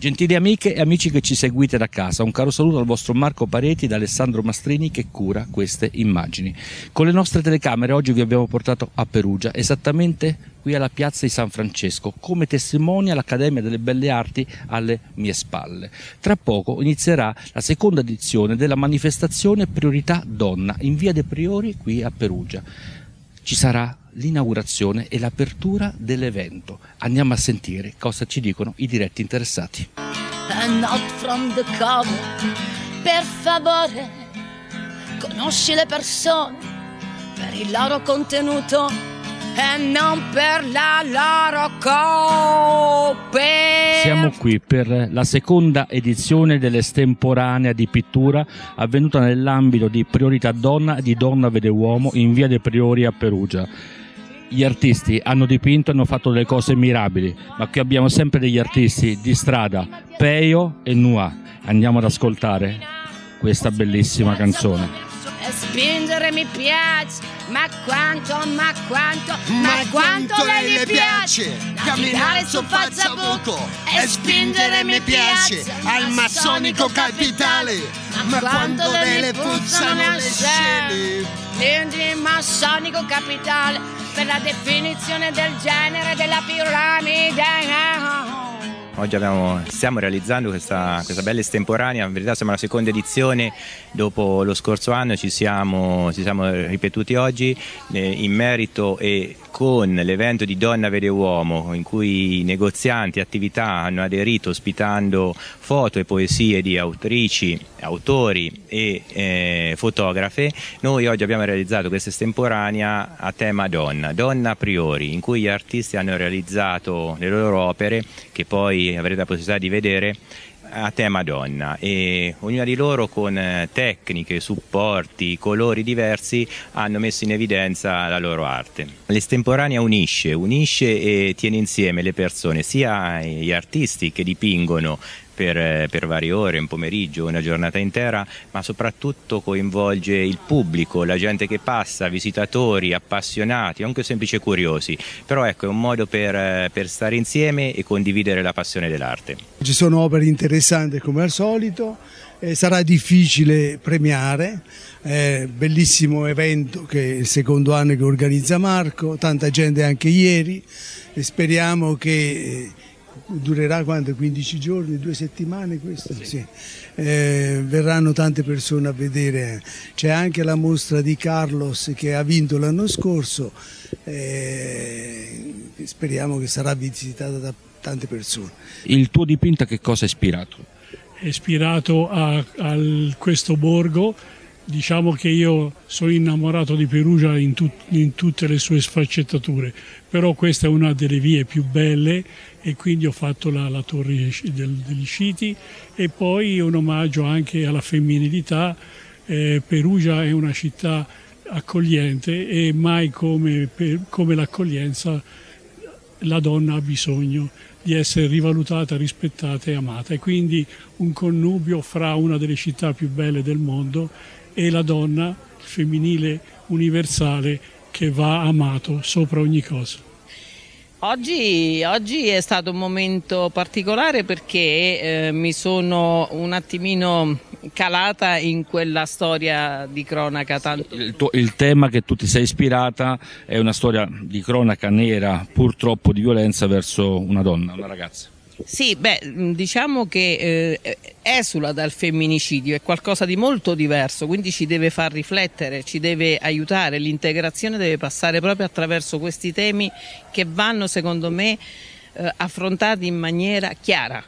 Gentili amiche e amici che ci seguite da casa, un caro saluto al vostro Marco Pareti e da Alessandro Mastrini che cura queste immagini. Con le nostre telecamere oggi vi abbiamo portato a Perugia, esattamente qui alla piazza di San Francesco, come testimonia l'Accademia delle Belle Arti alle mie spalle. Tra poco inizierà la seconda edizione della manifestazione Priorità Donna in via dei Priori qui a Perugia. Ci sarà l'inaugurazione e l'apertura dell'evento. Andiamo a sentire cosa ci dicono i diretti interessati. Not from the cover, per favore, conosci le persone per il loro contenuto e non per la loro coppe. Siamo qui per la seconda edizione dell'estemporanea di pittura avvenuta nell'ambito di Priorità Donna di Donna Vede Uomo in via dei Priori a Perugia. Gli artisti hanno dipinto e hanno fatto delle cose mirabili, ma qui abbiamo sempre degli artisti di strada, Peyo e Nua. Andiamo ad ascoltare questa bellissima canzone. E spingere mi piace, ma quanto lei le piace camminare su Facciabuco. E spingere mi piace al massonico capitale, ma quando le puzzano le scene. Quindi massonico capitale per la definizione del genere della piramide. Oggi stiamo realizzando questa bella estemporanea, in verità siamo alla seconda edizione, dopo lo scorso anno ci siamo ripetuti oggi in merito e con l'evento di Donna Vede Uomo in cui negozianti e attività hanno aderito ospitando foto e poesie di autrici, autori e fotografe. Noi oggi abbiamo realizzato questa estemporanea a tema donna, Donna a Priori, in cui gli artisti hanno realizzato le loro opere che poi avrete la possibilità di vedere a tema donna, e ognuna di loro con tecniche, supporti, colori diversi hanno messo in evidenza la loro arte. L'estemporanea unisce e tiene insieme le persone, sia gli artisti che dipingono per varie ore, un pomeriggio, una giornata intera, ma soprattutto coinvolge il pubblico, la gente che passa, visitatori, appassionati, anche semplici curiosi. Però ecco, è un modo per stare insieme e condividere la passione dell'arte. Ci sono opere interessanti come al solito, sarà difficile premiare, bellissimo evento che è il secondo anno che organizza Marco, tanta gente anche ieri, e speriamo che durerà quanto? 15 giorni, 2 settimane questo? Sì. Verranno tante persone a vedere, c'è anche la mostra di Carlos che ha vinto l'anno scorso, speriamo che sarà visitata da tante persone. Il tuo dipinto a che cosa è ispirato? È ispirato a questo borgo. Diciamo che io sono innamorato di Perugia in tutte le sue sfaccettature, però questa è una delle vie più belle e quindi ho fatto la torre degli Sciti e poi un omaggio anche alla femminilità. Perugia è una città accogliente e mai come l'accoglienza la donna ha bisogno di essere rivalutata, rispettata e amata, e quindi un connubio fra una delle città più belle del mondo e la donna femminile universale che va amato sopra ogni cosa. Oggi è stato un momento particolare perché mi sono un attimino calata in quella storia di cronaca. Il tema che tu ti sei ispirata è una storia di cronaca nera, purtroppo di violenza verso una donna, una ragazza. Sì, diciamo che esula dal femminicidio, è qualcosa di molto diverso, quindi ci deve far riflettere, ci deve aiutare, l'integrazione deve passare proprio attraverso questi temi che vanno secondo me affrontati in maniera chiara,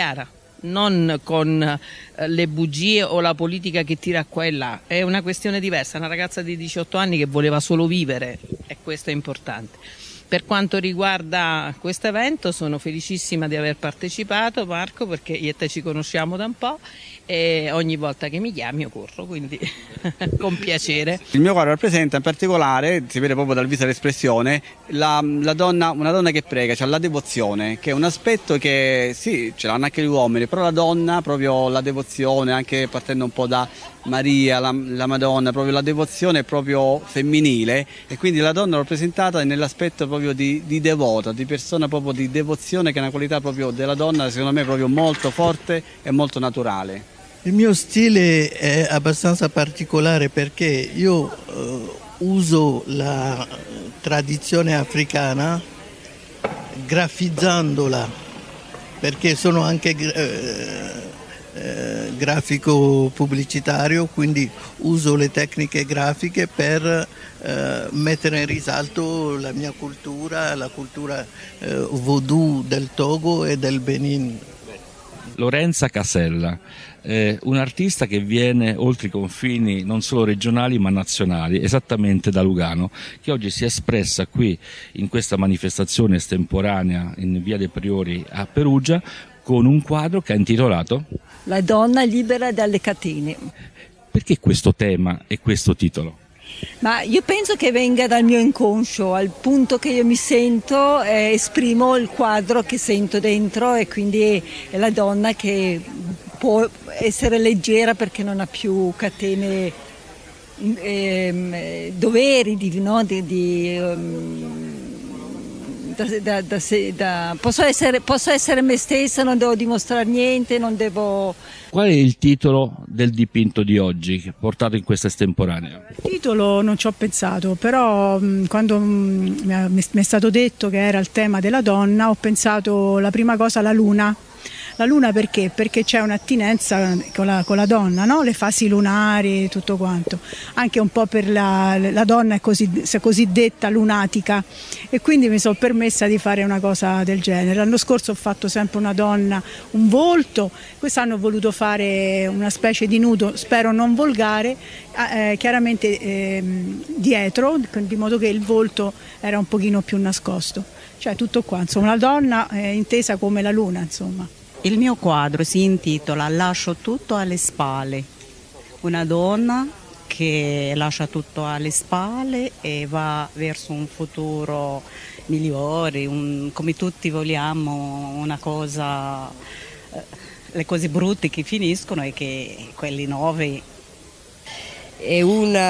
non con le bugie o la politica che tira qua e là, è una questione diversa, una ragazza di 18 anni che voleva solo vivere e questo è importante. Per quanto riguarda questo evento sono felicissima di aver partecipato, Marco, perché io e te ci conosciamo da un po' e ogni volta che mi chiami io corro, quindi con piacere. Il mio quadro rappresenta in particolare, si vede proprio dal viso l'espressione, una donna che prega, cioè la devozione, che è un aspetto che sì, ce l'hanno anche gli uomini, però la donna, proprio la devozione, anche partendo un po' da Maria, la Madonna, proprio la devozione è proprio femminile, e quindi la donna rappresentata nell'aspetto proprio di devota, di persona proprio di devozione, che è una qualità proprio della donna, secondo me proprio molto forte e molto naturale. Il mio stile è abbastanza particolare perché io uso la tradizione africana grafizzandola, perché sono anche grafico pubblicitario, quindi uso le tecniche grafiche per mettere in risalto la mia cultura, la cultura Vodou del Togo e del Benin. Lorenza Casella, un artista che viene oltre i confini non solo regionali ma nazionali, esattamente da Lugano, che oggi si è espressa qui in questa manifestazione estemporanea in Via dei Priori a Perugia con un quadro che ha intitolato La donna libera dalle catene. Perché questo tema e questo titolo? Ma io penso che venga dal mio inconscio, al punto che io mi sento, esprimo il quadro che sento dentro, e quindi è la donna che può essere leggera perché non ha più catene, doveri, posso essere me stessa, non devo dimostrare niente, non devo... Qual è il titolo del dipinto di oggi portato in questa estemporanea? Il titolo non ci ho pensato, però quando mi è stato detto che era il tema della donna, ho pensato la prima cosa alla luna. La luna perché? Perché c'è un'attinenza con la donna, no? Le fasi lunari, tutto quanto. Anche un po' per la donna è cosiddetta lunatica, e quindi mi sono permessa di fare una cosa del genere. L'anno scorso ho fatto sempre una donna, un volto, quest'anno ho voluto fare una specie di nudo, spero non volgare, chiaramente dietro, di modo che il volto era un pochino più nascosto. Cioè tutto qua, insomma, la donna è intesa come la luna, insomma. Il mio quadro si intitola Lascio tutto alle spalle, una donna che lascia tutto alle spalle e va verso un futuro migliore, come tutti vogliamo, una cosa, le cose brutte che finiscono e che quelli nuovi. È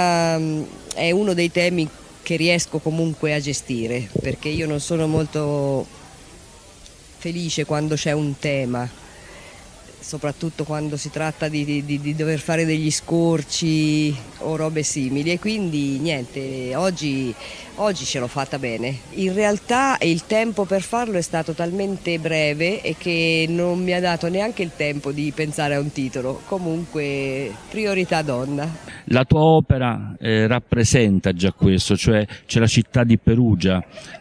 uno dei temi che riesco comunque a gestire, perché io non sono molto felice quando c'è un tema, soprattutto quando si tratta di dover fare degli scorci o robe simili, e quindi niente, oggi ce l'ho fatta bene. In realtà il tempo per farlo è stato talmente breve e che non mi ha dato neanche il tempo di pensare a un titolo. Comunque priorità donna. La tua opera rappresenta già questo, cioè c'è la città di Perugia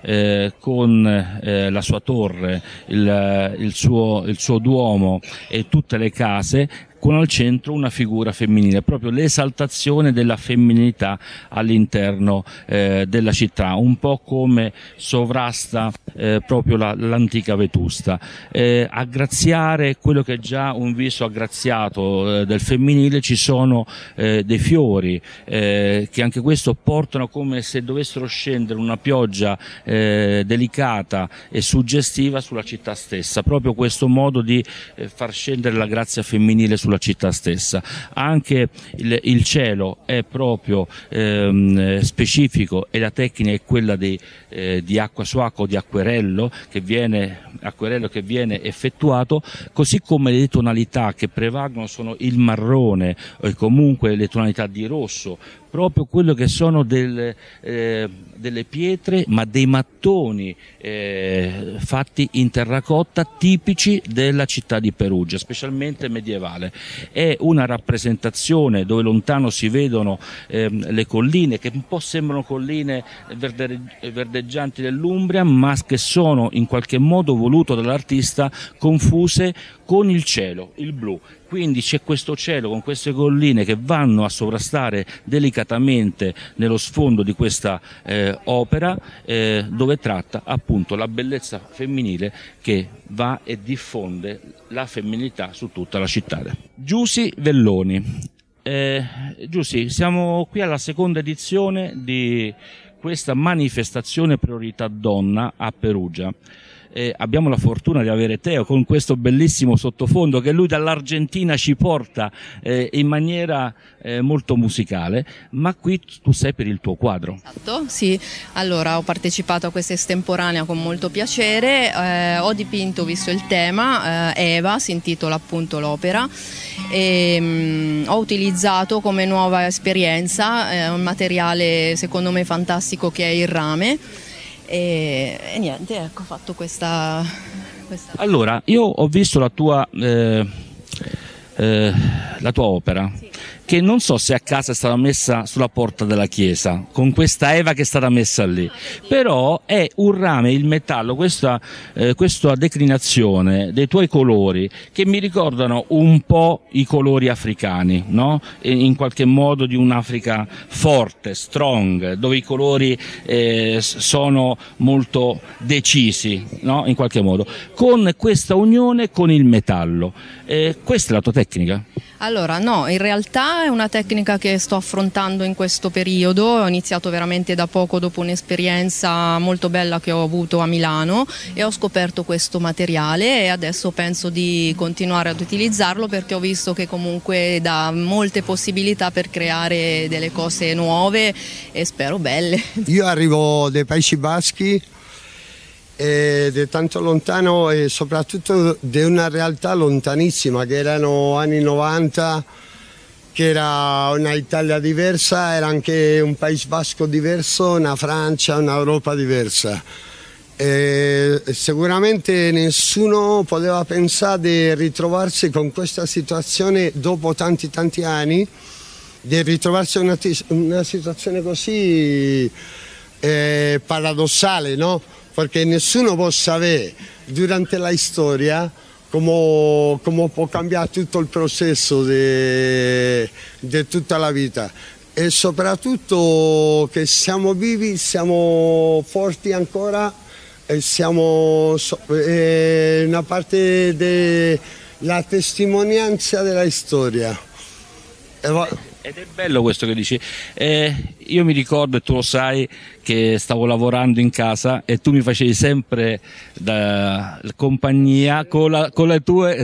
con la sua torre, il suo duomo e tutte le case, con al centro una figura femminile, proprio l'esaltazione della femminilità all'interno della città, un po' come sovrasta proprio l'antica Vetusta. Aggraziare quello che è già un viso aggraziato del femminile, ci sono dei fiori che anche questo portano come se dovessero scendere una pioggia delicata e suggestiva sulla città stessa, proprio questo modo di far scendere la grazia femminile sulla città stessa. Anche il cielo è proprio specifico, e la tecnica è quella di acqua su acqua, di acquerello che viene effettuato, così come le tonalità che prevalgono sono il marrone e comunque le tonalità di rosso, proprio quello che sono delle pietre, ma dei mattoni fatti in terracotta, tipici della città di Perugia, specialmente medievale. È una rappresentazione dove lontano si vedono le colline, che un po' sembrano colline verdeggianti dell'Umbria, ma che sono in qualche modo, voluto dall'artista, confuse con il cielo, il blu. Quindi c'è questo cielo con queste colline che vanno a sovrastare delicatamente nello sfondo di questa opera, dove tratta appunto la bellezza femminile che va e diffonde la femminilità su tutta la città. Giusy Velloni. Giusy, siamo qui alla seconda edizione di questa manifestazione Priorità Donna a Perugia. abbiamo la fortuna di avere Teo con questo bellissimo sottofondo che lui dall'Argentina ci porta in maniera molto musicale, ma qui tu sei per il tuo quadro. Esatto, sì, allora ho partecipato a questa estemporanea con molto piacere, ho dipinto, visto il tema, Eva, si intitola appunto l'opera, e ho utilizzato come nuova esperienza un materiale secondo me fantastico che è il rame e niente, ecco, ho fatto questa... Allora, io ho visto la tua opera, sì, che non so se a casa è stata messa sulla porta della chiesa, con questa Eva che è stata messa lì, però è un rame, il metallo, questa declinazione dei tuoi colori che mi ricordano un po' i colori africani, no? In qualche modo di un'Africa forte, strong, dove i colori sono molto decisi, no? In qualche modo, con questa unione con il metallo. Questa è la tua tecnica? Allora no, in realtà è una tecnica che sto affrontando in questo periodo, ho iniziato veramente da poco dopo un'esperienza molto bella che ho avuto a Milano e ho scoperto questo materiale e adesso penso di continuare ad utilizzarlo perché ho visto che comunque dà molte possibilità per creare delle cose nuove e spero belle. Io arrivo dai Paesi Baschi ed è tanto lontano e soprattutto di una realtà lontanissima che erano anni 90, che era una Italia diversa, era anche un Paese Basco diverso, una Francia, un'Europa diversa. E sicuramente nessuno poteva pensare di ritrovarsi con questa situazione dopo tanti anni, di ritrovarsi in una situazione così paradossale, no? Perché nessuno può sapere durante la storia come può cambiare tutto il processo di tutta la vita e soprattutto che siamo vivi, siamo forti ancora e siamo una parte della testimonianza della storia. Ed è bello questo che dici. Io mi ricordo, e tu lo sai, che stavo lavorando in casa e tu mi facevi sempre da compagnia con le tue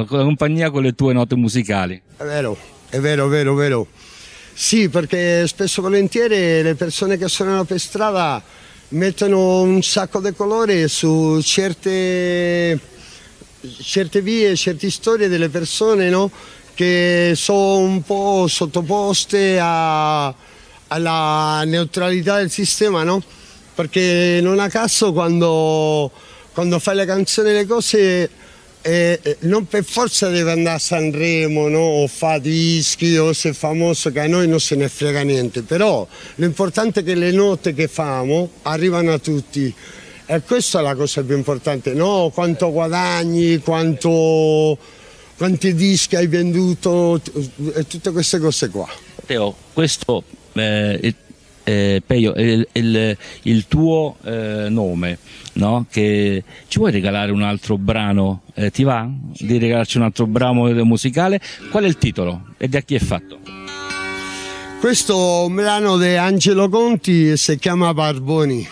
note musicali. È vero. Sì, perché spesso e volentieri le persone che suonano per strada mettono un sacco di colore su certe vie, certe storie delle persone, no? Che sono un po' sottoposte alla neutralità del sistema, no? Perché non a caso quando fai le canzoni e le cose non per forza deve andare a Sanremo, no? O fa dischi o sei famoso, che a noi non se ne frega niente, però l'importante è che le note che famo arrivano a tutti e questa è la cosa più importante, no? Quanto guadagni, quanti dischi hai venduto e tutte queste cose qua. Teo, questo Peio, il tuo nome, no? Che ci vuoi regalare un altro brano? Ti va di regalarci un altro brano musicale? Qual è il titolo e da chi è fatto? Questo è un brano di Angelo Conti e si chiama Barboni.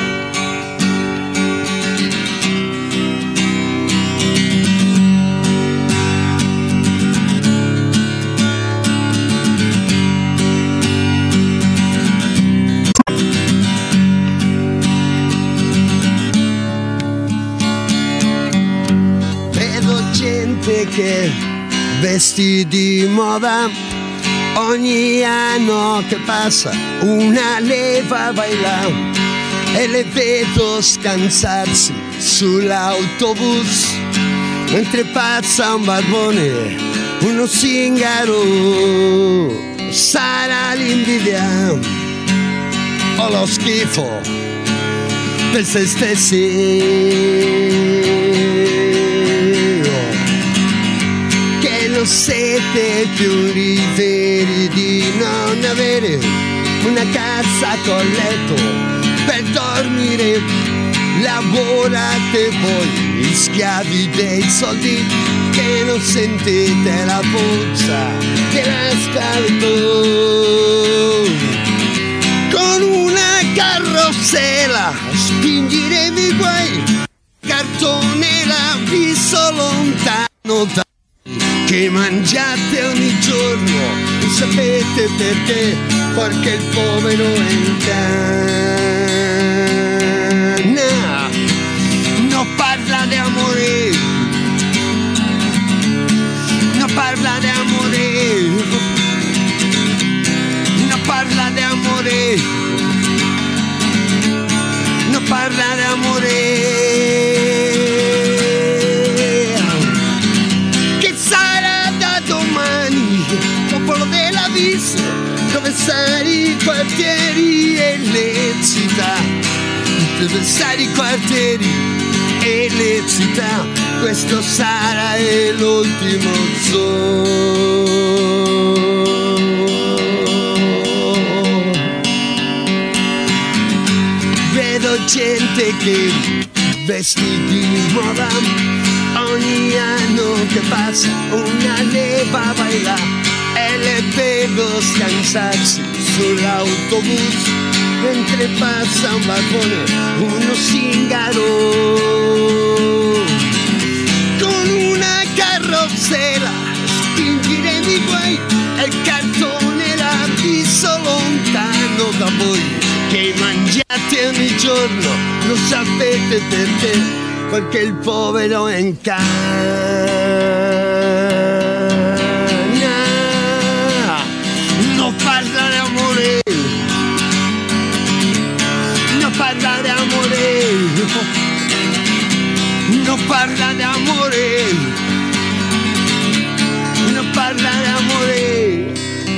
Che vesti di moda ogni anno che passa una leva vai là e le vedo scansarsi sull'autobus mentre passa un barbone, uno zingaro. Sarà l'invidia o lo schifo per se stessi, non siete più liberi di non avere una casa con letto per dormire. Lavorate voi, gli schiavi dei soldi, che non sentite la puzza della schiavitù. Con una carrozzella spingeremo i guai, cartone l'ha visto lontano da che mangiate ogni giorno, non sapete perché, perché il povero è in canna. Non parla di amore, non parla di amore, non parla di amore, non parla di amore. Dove stanno i quartieri e le città, dove stanno i quartieri e le città, questo sarà l'ultimo zoo. Vedo gente che vestiti in moda, ogni anno che passa una leva vai là. E le vedo scansarsi sull'autobus mentre passa un vagone, uno zingaro con una carrozzella, spingere di guai e il cartone l'ha visto lontano da voi, che mangiate ogni giorno, non sapete perché, perché il povero è in Non parla di amore, non parla di amore, non parla di amore, non parla di amore.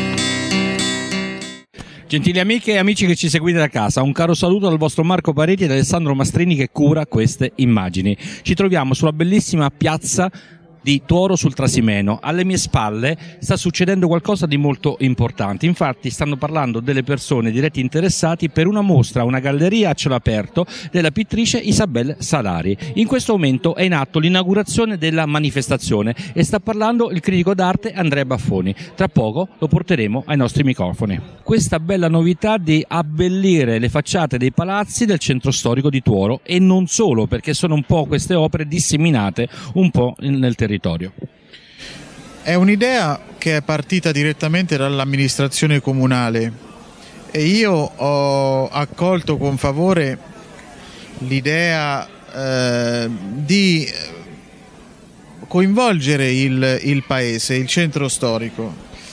Gentili amiche e amici che ci seguite da casa, un caro saluto dal vostro Marco Pareti ed Alessandro Mastrini che cura queste immagini. Ci troviamo sulla bellissima piazza di Tuoro sul Trasimeno. Alle mie spalle sta succedendo qualcosa di molto importante, infatti stanno parlando delle persone diretti interessati per una mostra, una galleria a cielo aperto della pittrice Isabel Salari. In questo momento è in atto l'inaugurazione della manifestazione e sta parlando il critico d'arte Andrea Baffoni. Tra poco lo porteremo ai nostri microfoni. Questa bella novità di abbellire le facciate dei palazzi del centro storico di Tuoro, e non solo, perché sono un po' queste opere disseminate un po' nel territorio. È un'idea che è partita direttamente dall'amministrazione comunale e io ho accolto con favore l'idea di coinvolgere il paese, il centro storico,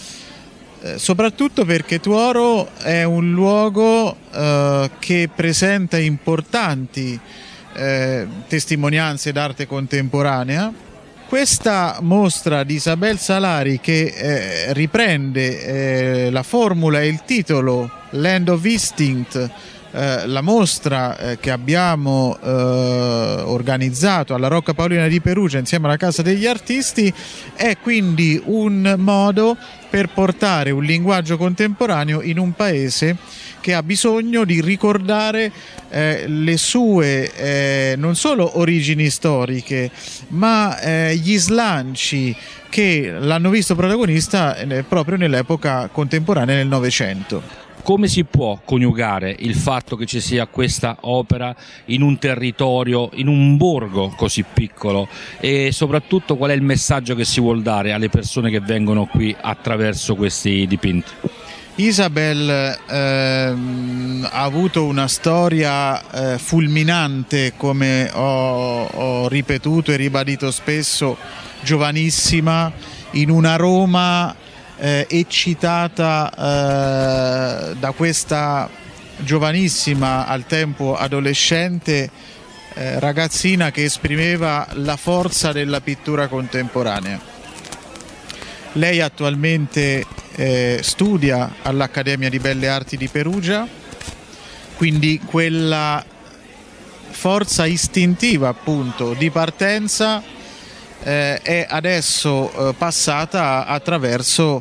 soprattutto perché Tuoro è un luogo che presenta importanti testimonianze d'arte contemporanea. Questa mostra di Isabel Salari, che riprende la formula e il titolo Land of Instinct, la mostra che abbiamo organizzato alla Rocca Paolina di Perugia insieme alla Casa degli Artisti, è quindi un modo per portare un linguaggio contemporaneo in un paese che ha bisogno di ricordare le sue non solo origini storiche, ma gli slanci che l'hanno visto protagonista proprio nell'epoca contemporanea, nel Novecento. Come si può coniugare il fatto che ci sia questa opera in un territorio, in un borgo così piccolo, e soprattutto qual è il messaggio che si vuol dare alle persone che vengono qui attraverso questi dipinti? Isabel ha avuto una storia fulminante, come ho ripetuto e ribadito spesso, giovanissima, in una Roma eccitata da questa giovanissima, al tempo adolescente, ragazzina che esprimeva la forza della pittura contemporanea. Lei attualmente studia all'Accademia di Belle Arti di Perugia, quindi quella forza istintiva appunto di partenza è adesso passata attraverso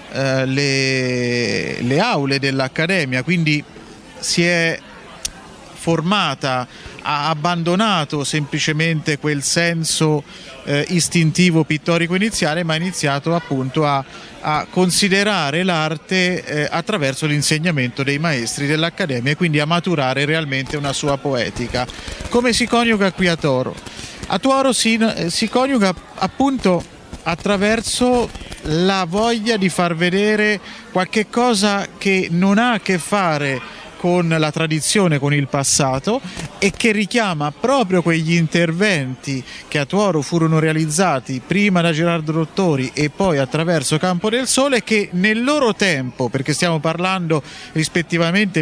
le aule dell'Accademia, quindi si è formata, ha abbandonato semplicemente quel senso istintivo pittorico iniziale, ma ha iniziato appunto a considerare l'arte attraverso l'insegnamento dei maestri dell'Accademia e quindi a maturare realmente una sua poetica. Come si coniuga qui a Tuoro? a Tuoro si coniuga appunto attraverso la voglia di far vedere qualche cosa che non ha a che fare con la tradizione, con il passato, e che richiama proprio quegli interventi che a Tuoro furono realizzati prima da Gerardo Dottori e poi attraverso Campo del Sole, che nel loro tempo, perché stiamo parlando rispettivamente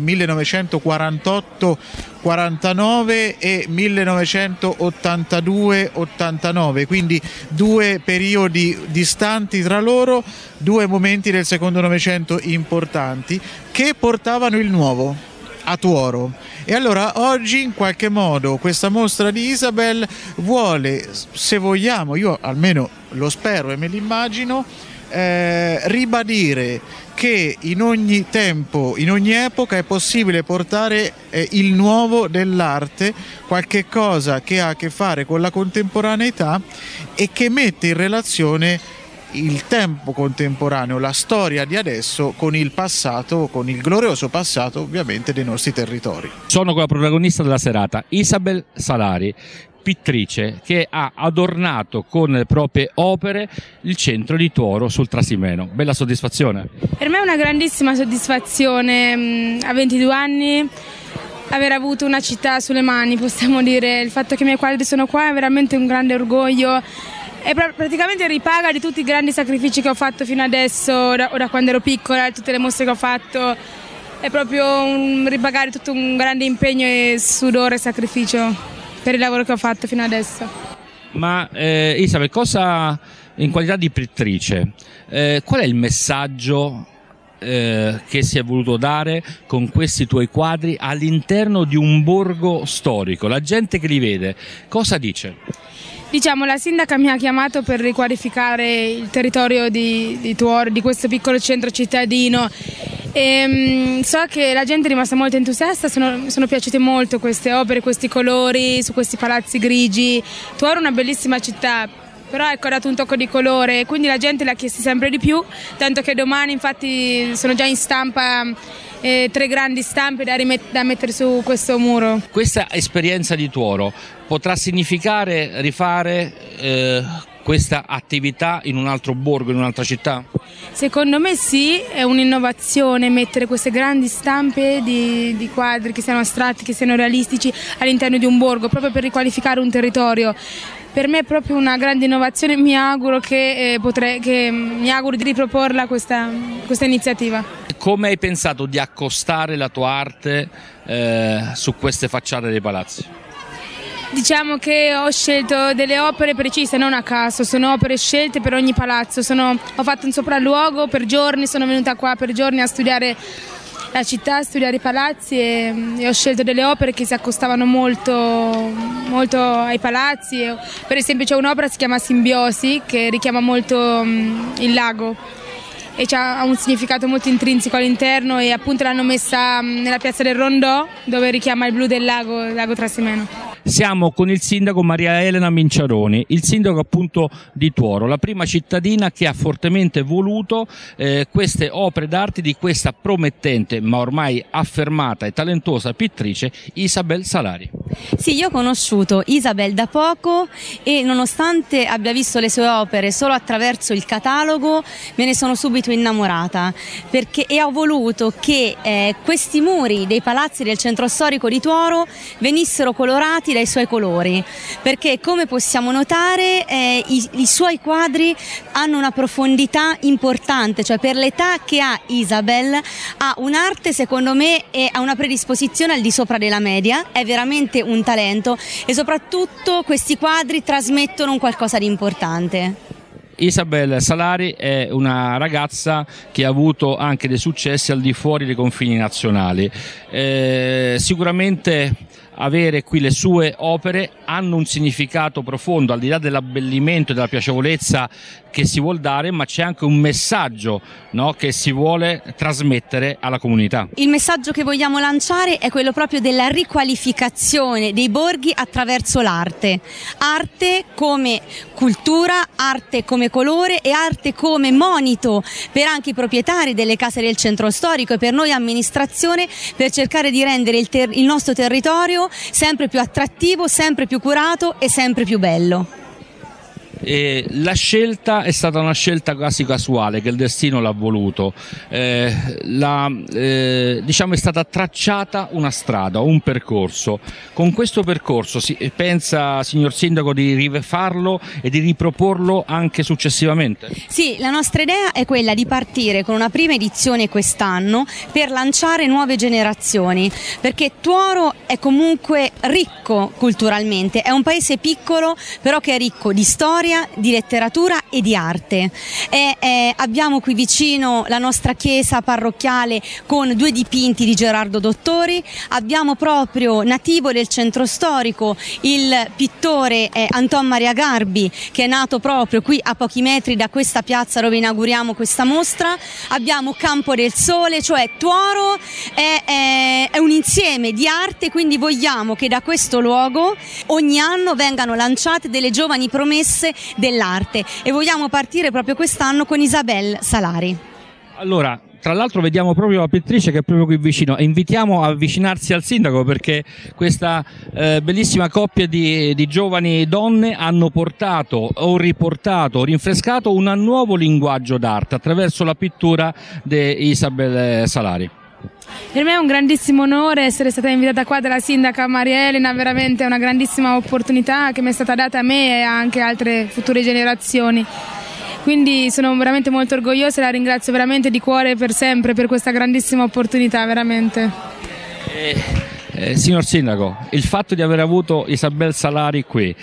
1948-49 e 1982-89, quindi due periodi distanti tra loro, due momenti del secondo Novecento importanti che portavano il nuovo a Tuoro. E allora oggi in qualche modo questa mostra di Isabel vuole, se vogliamo, io almeno lo spero e me l'immagino, ribadire che in ogni tempo, in ogni epoca è possibile portare il nuovo dell'arte, qualche cosa che ha a che fare con la contemporaneità e che mette in relazione il tempo contemporaneo, la storia di adesso con il passato, con il glorioso passato ovviamente dei nostri territori. Sono con la protagonista della serata, Isabel Salari, pittrice che ha adornato con le proprie opere il centro di Tuoro sul Trasimeno. Bella soddisfazione? Per me è una grandissima soddisfazione, a 22 anni aver avuto una città sulle mani, possiamo dire. Il fatto che i miei quadri sono qua è veramente un grande orgoglio. E praticamente ripaga di tutti i grandi sacrifici che ho fatto fino adesso, da quando ero piccola, tutte le mostre che ho fatto. È proprio ripagare tutto un grande impegno e sudore e sacrificio per il lavoro che ho fatto fino adesso. Ma Isabel, cosa, in qualità di pittrice, qual è il messaggio che si è voluto dare con questi tuoi quadri all'interno di un borgo storico? La gente che li vede cosa dice? Diciamo, la sindaca mi ha chiamato per riqualificare il territorio di Tuoro, di questo piccolo centro cittadino. So che la gente è rimasta molto entusiasta, sono piaciute molto queste opere, questi colori su questi palazzi grigi. Tuoro è una bellissima città, però ecco, ha dato un tocco di colore, quindi la gente l'ha chiesto sempre di più, tanto che domani infatti sono già in stampa 3 grandi stampe da mettere su questo muro. Questa esperienza di Tuoro potrà significare rifare questa attività in un altro borgo, in un'altra città? Secondo me sì, è un'innovazione mettere queste grandi stampe di quadri che siano astratti, che siano realistici all'interno di un borgo, proprio per riqualificare un territorio. Per me è proprio una grande innovazione, mi auguro di riproporla questa iniziativa. Come hai pensato di accostare la tua arte su queste facciate dei palazzi? Diciamo che ho scelto delle opere precise, non a caso, sono opere scelte per ogni palazzo. Ho fatto un sopralluogo per giorni, sono venuta qua per giorni a studiare la città, a studiare i palazzi e ho scelto delle opere che si accostavano molto ai palazzi. Per esempio c'è un'opera che si chiama Simbiosi, che richiama molto il lago e ha un significato molto intrinseco all'interno, e appunto l'hanno messa nella piazza del Rondò, dove richiama il blu del lago Trasimeno. Siamo con il sindaco Maria Elena Minciaroni, il sindaco appunto di Tuoro, la prima cittadina che ha fortemente voluto queste opere d'arte di questa promettente ma ormai affermata e talentuosa pittrice Isabel Salari. Sì, io ho conosciuto Isabel da poco e nonostante abbia visto le sue opere solo attraverso il catalogo, me ne sono subito innamorata, e ho voluto che questi muri dei palazzi del centro storico di Tuoro venissero colorati dai suoi colori, perché come possiamo notare i suoi quadri hanno una profondità importante, cioè per l'età che ha Isabel ha un'arte secondo me e ha una predisposizione al di sopra della media, è veramente un talento e soprattutto questi quadri trasmettono un qualcosa di importante. Isabel Salari è una ragazza che ha avuto anche dei successi al di fuori dei confini nazionali. Sicuramente avere qui le sue opere hanno un significato profondo, al di là dell'abbellimento e della piacevolezza che si vuol dare, ma c'è anche un messaggio, no, che si vuole trasmettere alla comunità. Il messaggio che vogliamo lanciare è quello proprio della riqualificazione dei borghi attraverso l'arte. Arte come cultura, arte come colore e arte come monito per anche i proprietari delle case del centro storico e per noi amministrazione, per cercare di rendere il nostro territorio sempre più attrattivo, sempre più curato e sempre più bello. La scelta è stata una scelta quasi casuale, che il destino l'ha voluto. Diciamo è stata tracciata una strada, un percorso. Con questo percorso si pensa, signor Sindaco, di rifarlo e di riproporlo anche successivamente? Sì, la nostra idea è quella di partire con una prima edizione quest'anno per lanciare nuove generazioni, perché Tuoro è comunque ricco culturalmente, è un paese piccolo però che è ricco di storia, di letteratura e di arte. Abbiamo qui vicino la nostra chiesa parrocchiale con 2 dipinti di Gerardo Dottori, abbiamo proprio nativo del centro storico il pittore Anton Maria Garbi, che è nato proprio qui a pochi metri da questa piazza dove inauguriamo questa mostra, abbiamo Campo del Sole, cioè Tuoro è un insieme di arte, quindi vogliamo che da questo luogo ogni anno vengano lanciate delle giovani promesse dell'arte e vogliamo partire proprio quest'anno con Isabel Salari. Allora, tra l'altro vediamo proprio la pittrice che è proprio qui vicino e invitiamo a avvicinarsi al sindaco, perché questa bellissima coppia di giovani donne hanno portato o riportato o rinfrescato un nuovo linguaggio d'arte attraverso la pittura di Isabel Salari. Per me è un grandissimo onore essere stata invitata qua dalla sindaca Maria Elena, veramente è una grandissima opportunità che mi è stata data a me e anche altre future generazioni. Quindi sono veramente molto orgogliosa e la ringrazio veramente di cuore per sempre per questa grandissima opportunità, veramente. Signor Sindaco, il fatto di aver avuto Isabel Salari qui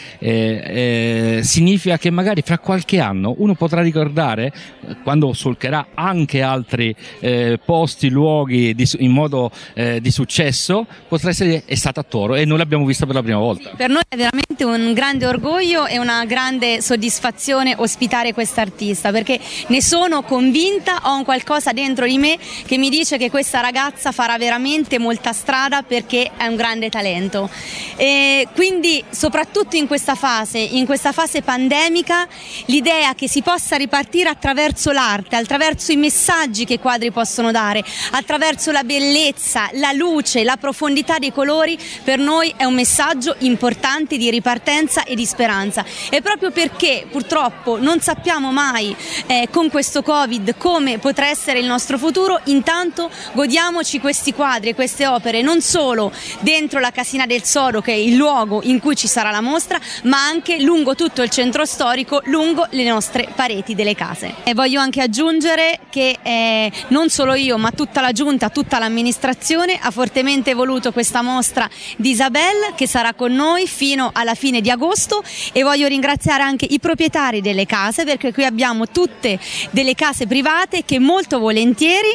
significa che magari fra qualche anno uno potrà ricordare, quando solcherà anche altri posti, luoghi in modo di successo, potrà essere è stata a Tuoro e noi l'abbiamo vista per la prima volta. Per noi è veramente un grande orgoglio e una grande soddisfazione ospitare quest'artista, perché ne sono convinta, ho un qualcosa dentro di me che mi dice che questa ragazza farà veramente molta strada, perché è un grande talento. E quindi soprattutto in questa fase pandemica, l'idea che si possa ripartire attraverso l'arte, attraverso i messaggi che i quadri possono dare, attraverso la bellezza, la luce, la profondità dei colori, per noi è un messaggio importante di ripartenza e di speranza. E proprio perché purtroppo non sappiamo mai con questo Covid come potrà essere il nostro futuro, intanto godiamoci questi quadri e queste opere non solo dentro la Casina del Soro, che è il luogo in cui ci sarà la mostra, ma anche lungo tutto il centro storico, lungo le nostre pareti delle case. E voglio anche aggiungere che non solo io, ma tutta la giunta, tutta l'amministrazione ha fortemente voluto questa mostra di Isabel, che sarà con noi fino alla fine di agosto, e voglio ringraziare anche i proprietari delle case, perché qui abbiamo tutte delle case private che molto volentieri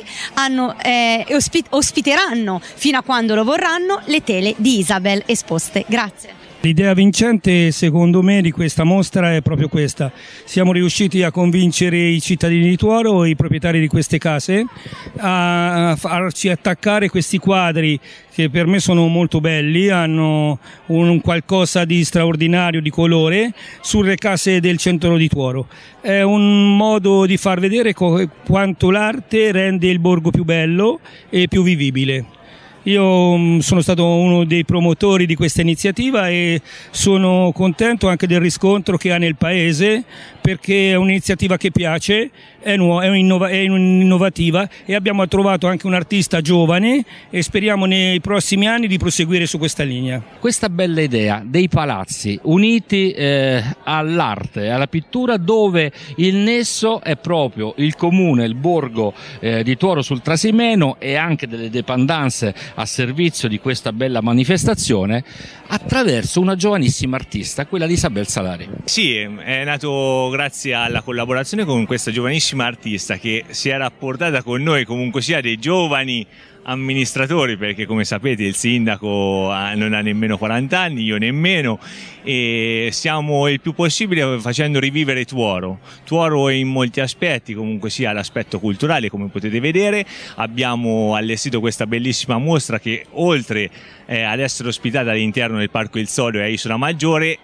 ospiteranno, fino a quando lo vorranno, le tele di Isabel esposte. Grazie. L'idea vincente secondo me di questa mostra è proprio questa: siamo riusciti a convincere i cittadini di Tuoro, i proprietari di queste case, a farci attaccare questi quadri che per me sono molto belli, hanno un qualcosa di straordinario di colore, sulle case del centro di Tuoro. È un modo di far vedere quanto l'arte rende il borgo più bello e più vivibile. Io sono stato uno dei promotori di questa iniziativa e sono contento anche del riscontro che ha nel paese, perché è un'iniziativa che piace, è innovativa e abbiamo trovato anche un artista giovane e speriamo nei prossimi anni di proseguire su questa linea. Questa bella idea dei palazzi uniti all'arte, alla pittura, dove il nesso è proprio il comune, il borgo di Tuoro sul Trasimeno e anche delle dependenze a servizio di questa bella manifestazione, attraverso una giovanissima artista, quella di Isabel Salari. Sì, è nato grazie alla collaborazione con questa giovanissima artista che si è rapportata con noi, comunque sia dei giovani amministratori, perché come sapete il sindaco non ha nemmeno 40 anni, io nemmeno, e stiamo il più possibile facendo rivivere Tuoro in molti aspetti, comunque sia l'aspetto culturale, come potete vedere. Abbiamo allestito questa bellissima mostra che oltre ad essere ospitata all'interno del Parco Il Sodo e a Isola Maggiore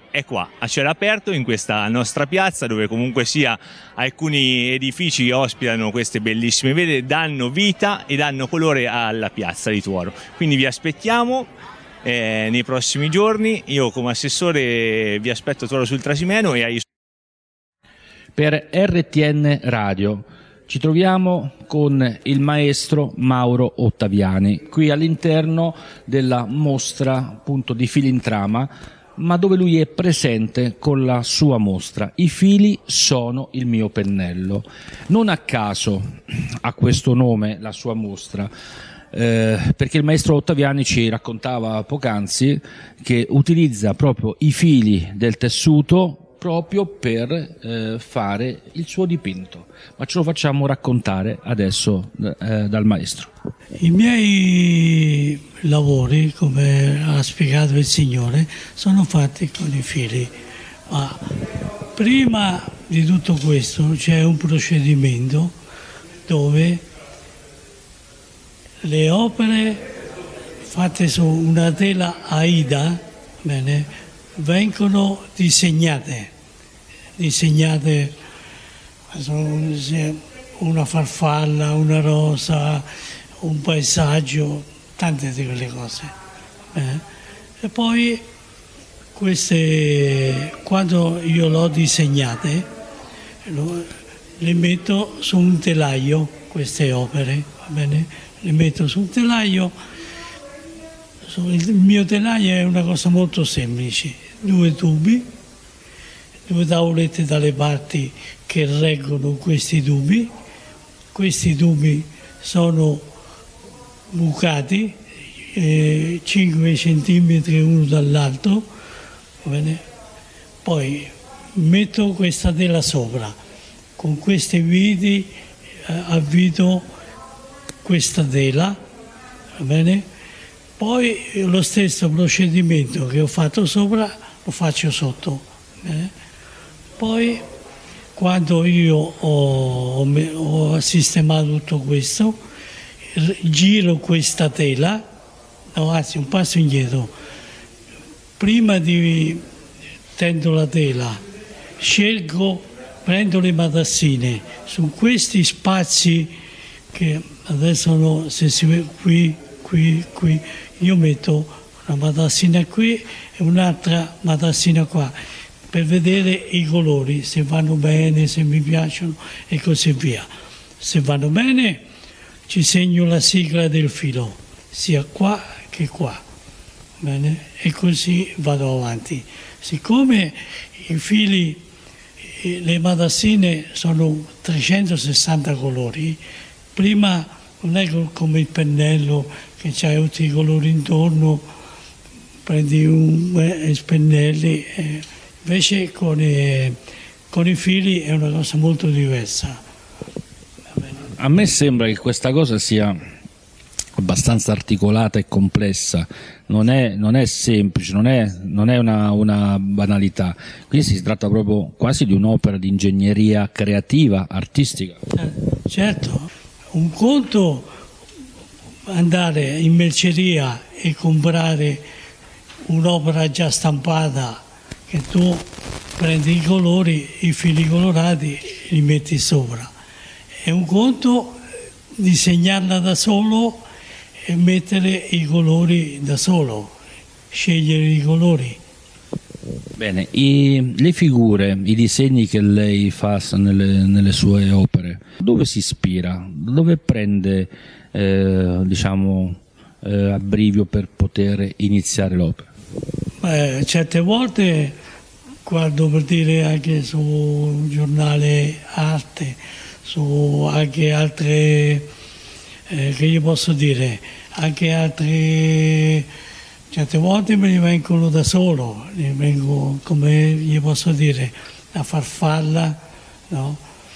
è qua, a cielo aperto, in questa nostra piazza, dove comunque sia alcuni edifici che ospitano queste bellissime vele danno vita e danno colore alla piazza di Tuoro. Quindi vi aspettiamo nei prossimi giorni. Io come assessore vi aspetto a Tuoro sul Trasimeno e ai... Per RTN Radio ci troviamo con il maestro Mauro Ottaviani, qui all'interno della mostra appunto di Fili in Trama, ma dove lui è presente con la sua mostra. I fili sono il mio pennello. Non a caso ha questo nome la sua mostra, perché il maestro Ottaviani ci raccontava poc'anzi che utilizza proprio i fili del tessuto proprio per fare il suo dipinto, ma ce lo facciamo raccontare adesso dal maestro. I miei lavori, come ha spiegato il Signore, sono fatti con i fili, ma prima di tutto questo c'è un procedimento dove le opere fatte su una tela Aida, bene, vengono disegnate, una farfalla, una rosa, un paesaggio, tante di quelle cose. E poi queste, quando io l'ho disegnate, le metto su un telaio, queste opere, va bene? Le metto su un telaio. Il mio telaio è una cosa molto semplice, 2 tubi, 2 tavolette dalle parti che reggono questi tubi sono bucati 5 centimetri uno dall'altro, va bene? Poi metto questa tela sopra, con questi viti avvito questa tela, va bene? Poi lo stesso procedimento che ho fatto sopra lo faccio sotto. Poi quando io ho sistemato tutto questo, giro questa tela, no, anzi un passo indietro. Prima di tendo la tela, prendo le matassine su questi spazi che adesso no, se si vede qui, io metto una matassina qui e un'altra matassina qua per vedere i colori, se vanno bene, se mi piacciono e così via. Se vanno bene ci segno la sigla del filo, sia qua che qua, bene? E così vado avanti. Siccome i fili, le matassine sono 360 colori, prima non è come il pennello che c'hai tutti i colori intorno, prendi e spennelli, invece con i fili è una cosa molto diversa. A me sembra che questa cosa sia abbastanza articolata e complessa, non è semplice, non è una banalità, quindi si tratta proprio quasi di un'opera di ingegneria creativa, artistica. Certo, un conto andare in merceria e comprare un'opera già stampata, che tu prendi i colori, i fili colorati, li metti sopra. È un conto disegnarla da solo e mettere i colori da solo, scegliere i colori. Bene, le figure, i disegni che lei fa nelle sue opere, dove si ispira? Dove prende abbrivio per poter iniziare l'opera? Certe volte guardo, per dire, anche su un giornale arte, su anche altre, che io posso dire, anche altre, certe volte me ne vengono da solo, ne vengo, come io posso dire, la farfalla, no?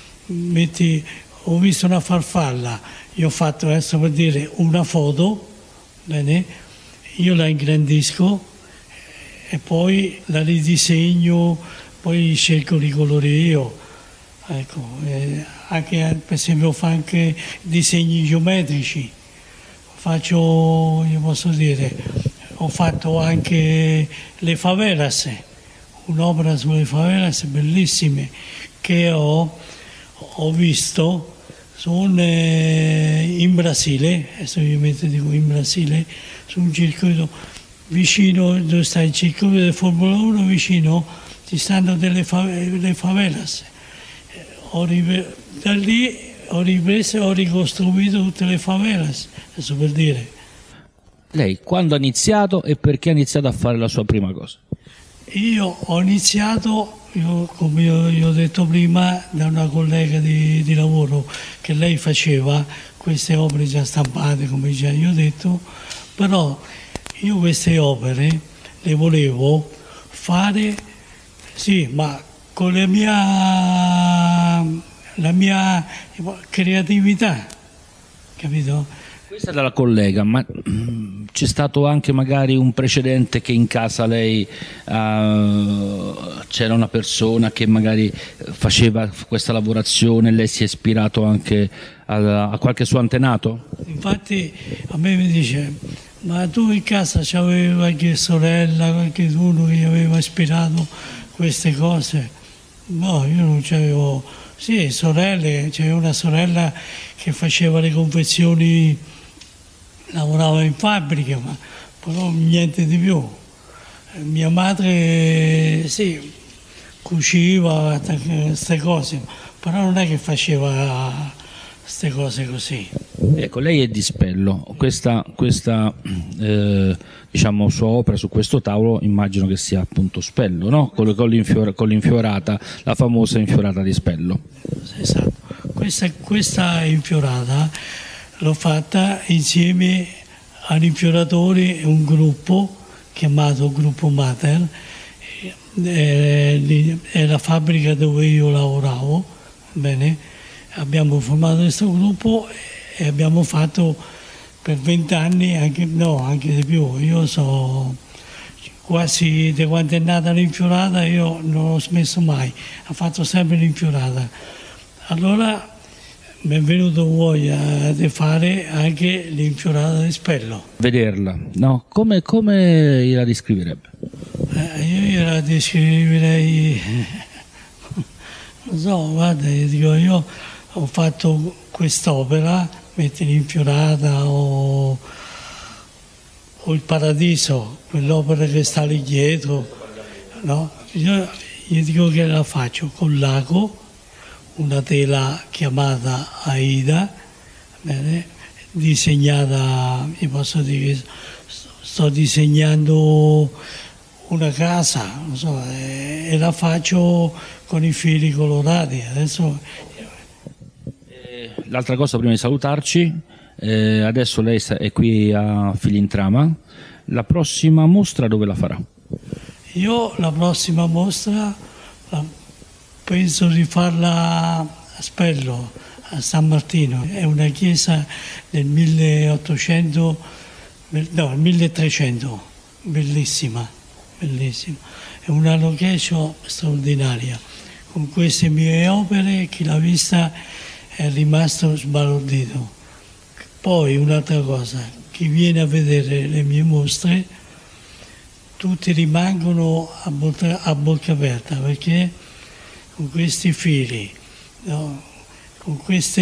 Ho visto una farfalla, io ho fatto, adesso per dire, una foto, bene? Io la ingrandisco e poi la ridisegno, poi scelgo i colori io. Ecco, anche, per esempio fa anche disegni geometrici, io posso dire, ho fatto anche le favelas, un'opera sulle favelas bellissime che ho visto. Sono in Brasile, adesso ovviamente dico in Brasile, su un circuito vicino dove sta il circuito del Formula 1, vicino ci stanno le favelas. Da lì ho ripreso e ho ricostruito tutte le favelas, adesso per dire. Lei quando ha iniziato e perché ha iniziato a fare la sua prima cosa? Io ho iniziato, come io ho detto prima, da una collega di lavoro, che lei faceva queste opere già stampate, come già io ho detto, però io queste opere le volevo fare, sì, ma con la mia creatività, capito? Questa è dalla collega, ma c'è stato anche magari un precedente che in casa lei c'era una persona che magari faceva questa lavorazione, lei si è ispirato anche a qualche suo antenato? Infatti a me mi dice, ma tu in casa c'avevi qualche sorella, qualche uno che gli aveva ispirato queste cose? No, io non c'avevo, sì, sorelle, c'era una sorella che faceva le confezioni, lavorava in fabbrica, ma però niente di più. Mia madre sì, cuciva queste cose, però non è che faceva queste cose così. Ecco, lei è di Spello, questa diciamo sua opera su questo tavolo immagino che sia appunto Spello, no? Con l'infiorata, la famosa infiorata di Spello. Esatto, questa infiorata l'ho fatta insieme all'infioratore, un gruppo chiamato Gruppo Mater, è la fabbrica dove io lavoravo, bene? Abbiamo formato questo gruppo e abbiamo fatto per 20 anni, anche di più. Io so quasi da quando è nata l'infiorata, io non ho smesso mai, ho fatto sempre l'infiorata. Allora mi è venuto voglia di fare anche l'infiorata di Spello. Vederla, no? Come la descriverebbe? Io la descriverei, non so, guarda, io ho fatto quest'opera, metti l'infiorata o il Paradiso, quell'opera che sta lì dietro, no? Io dico che la faccio con l'ago, una tela chiamata Aida, bene, disegnata, io posso dire che sto disegnando una casa, non so, e la faccio con i fili colorati. Adesso l'altra cosa prima di salutarci, adesso lei è qui a Filintrama, la prossima mostra dove la farà? Io la prossima mostra penso di farla a Spello, a San Martino, è una chiesa del 1300, bellissima, bellissima, è una location straordinaria. Con queste mie opere chi l'ha vista è rimasto sbalordito. Poi un'altra cosa, chi viene a vedere le mie mostre, tutti rimangono a bocca aperta, perché con questi fili, no? Con queste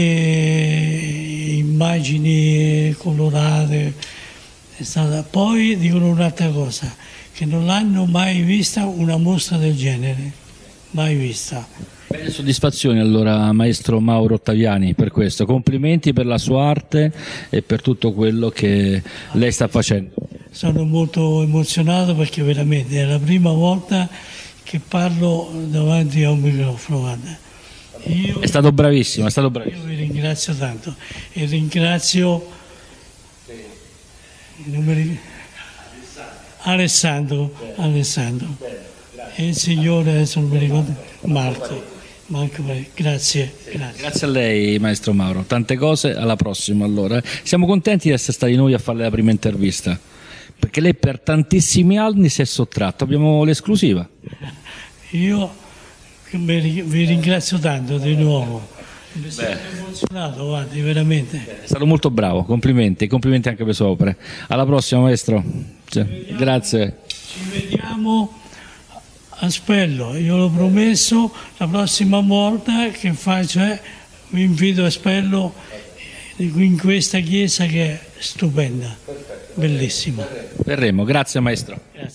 immagini colorate, è stata... Poi dicono un'altra cosa, che non l'hanno mai vista una mostra del genere, mai vista. Belle soddisfazioni allora maestro Mauro Ottaviani per questo, complimenti per la sua arte e per tutto quello che lei sta facendo. Sono molto emozionato perché veramente è la prima volta che parlo davanti a un microfono. Guarda. È stato bravissimo, è stato bravissimo. Io vi ringrazio tanto e ringrazio Alessandro e il signore, adesso non mi ricordo, Marco, grazie. Grazie a lei maestro Mauro, tante cose, alla prossima allora. Siamo contenti di essere stati noi a fare la prima intervista, perché lei per tantissimi anni si è sottratto, abbiamo l'esclusiva. Io vi ringrazio tanto di nuovo, mi sono emozionato, guardi, veramente. È stato molto bravo, complimenti anche per le sue opere. Alla prossima maestro, grazie. Ci vediamo a Spello, io l'ho promesso, la prossima volta che faccio vi invito a Spello in questa chiesa che è stupenda, bellissima. Verremo, grazie maestro.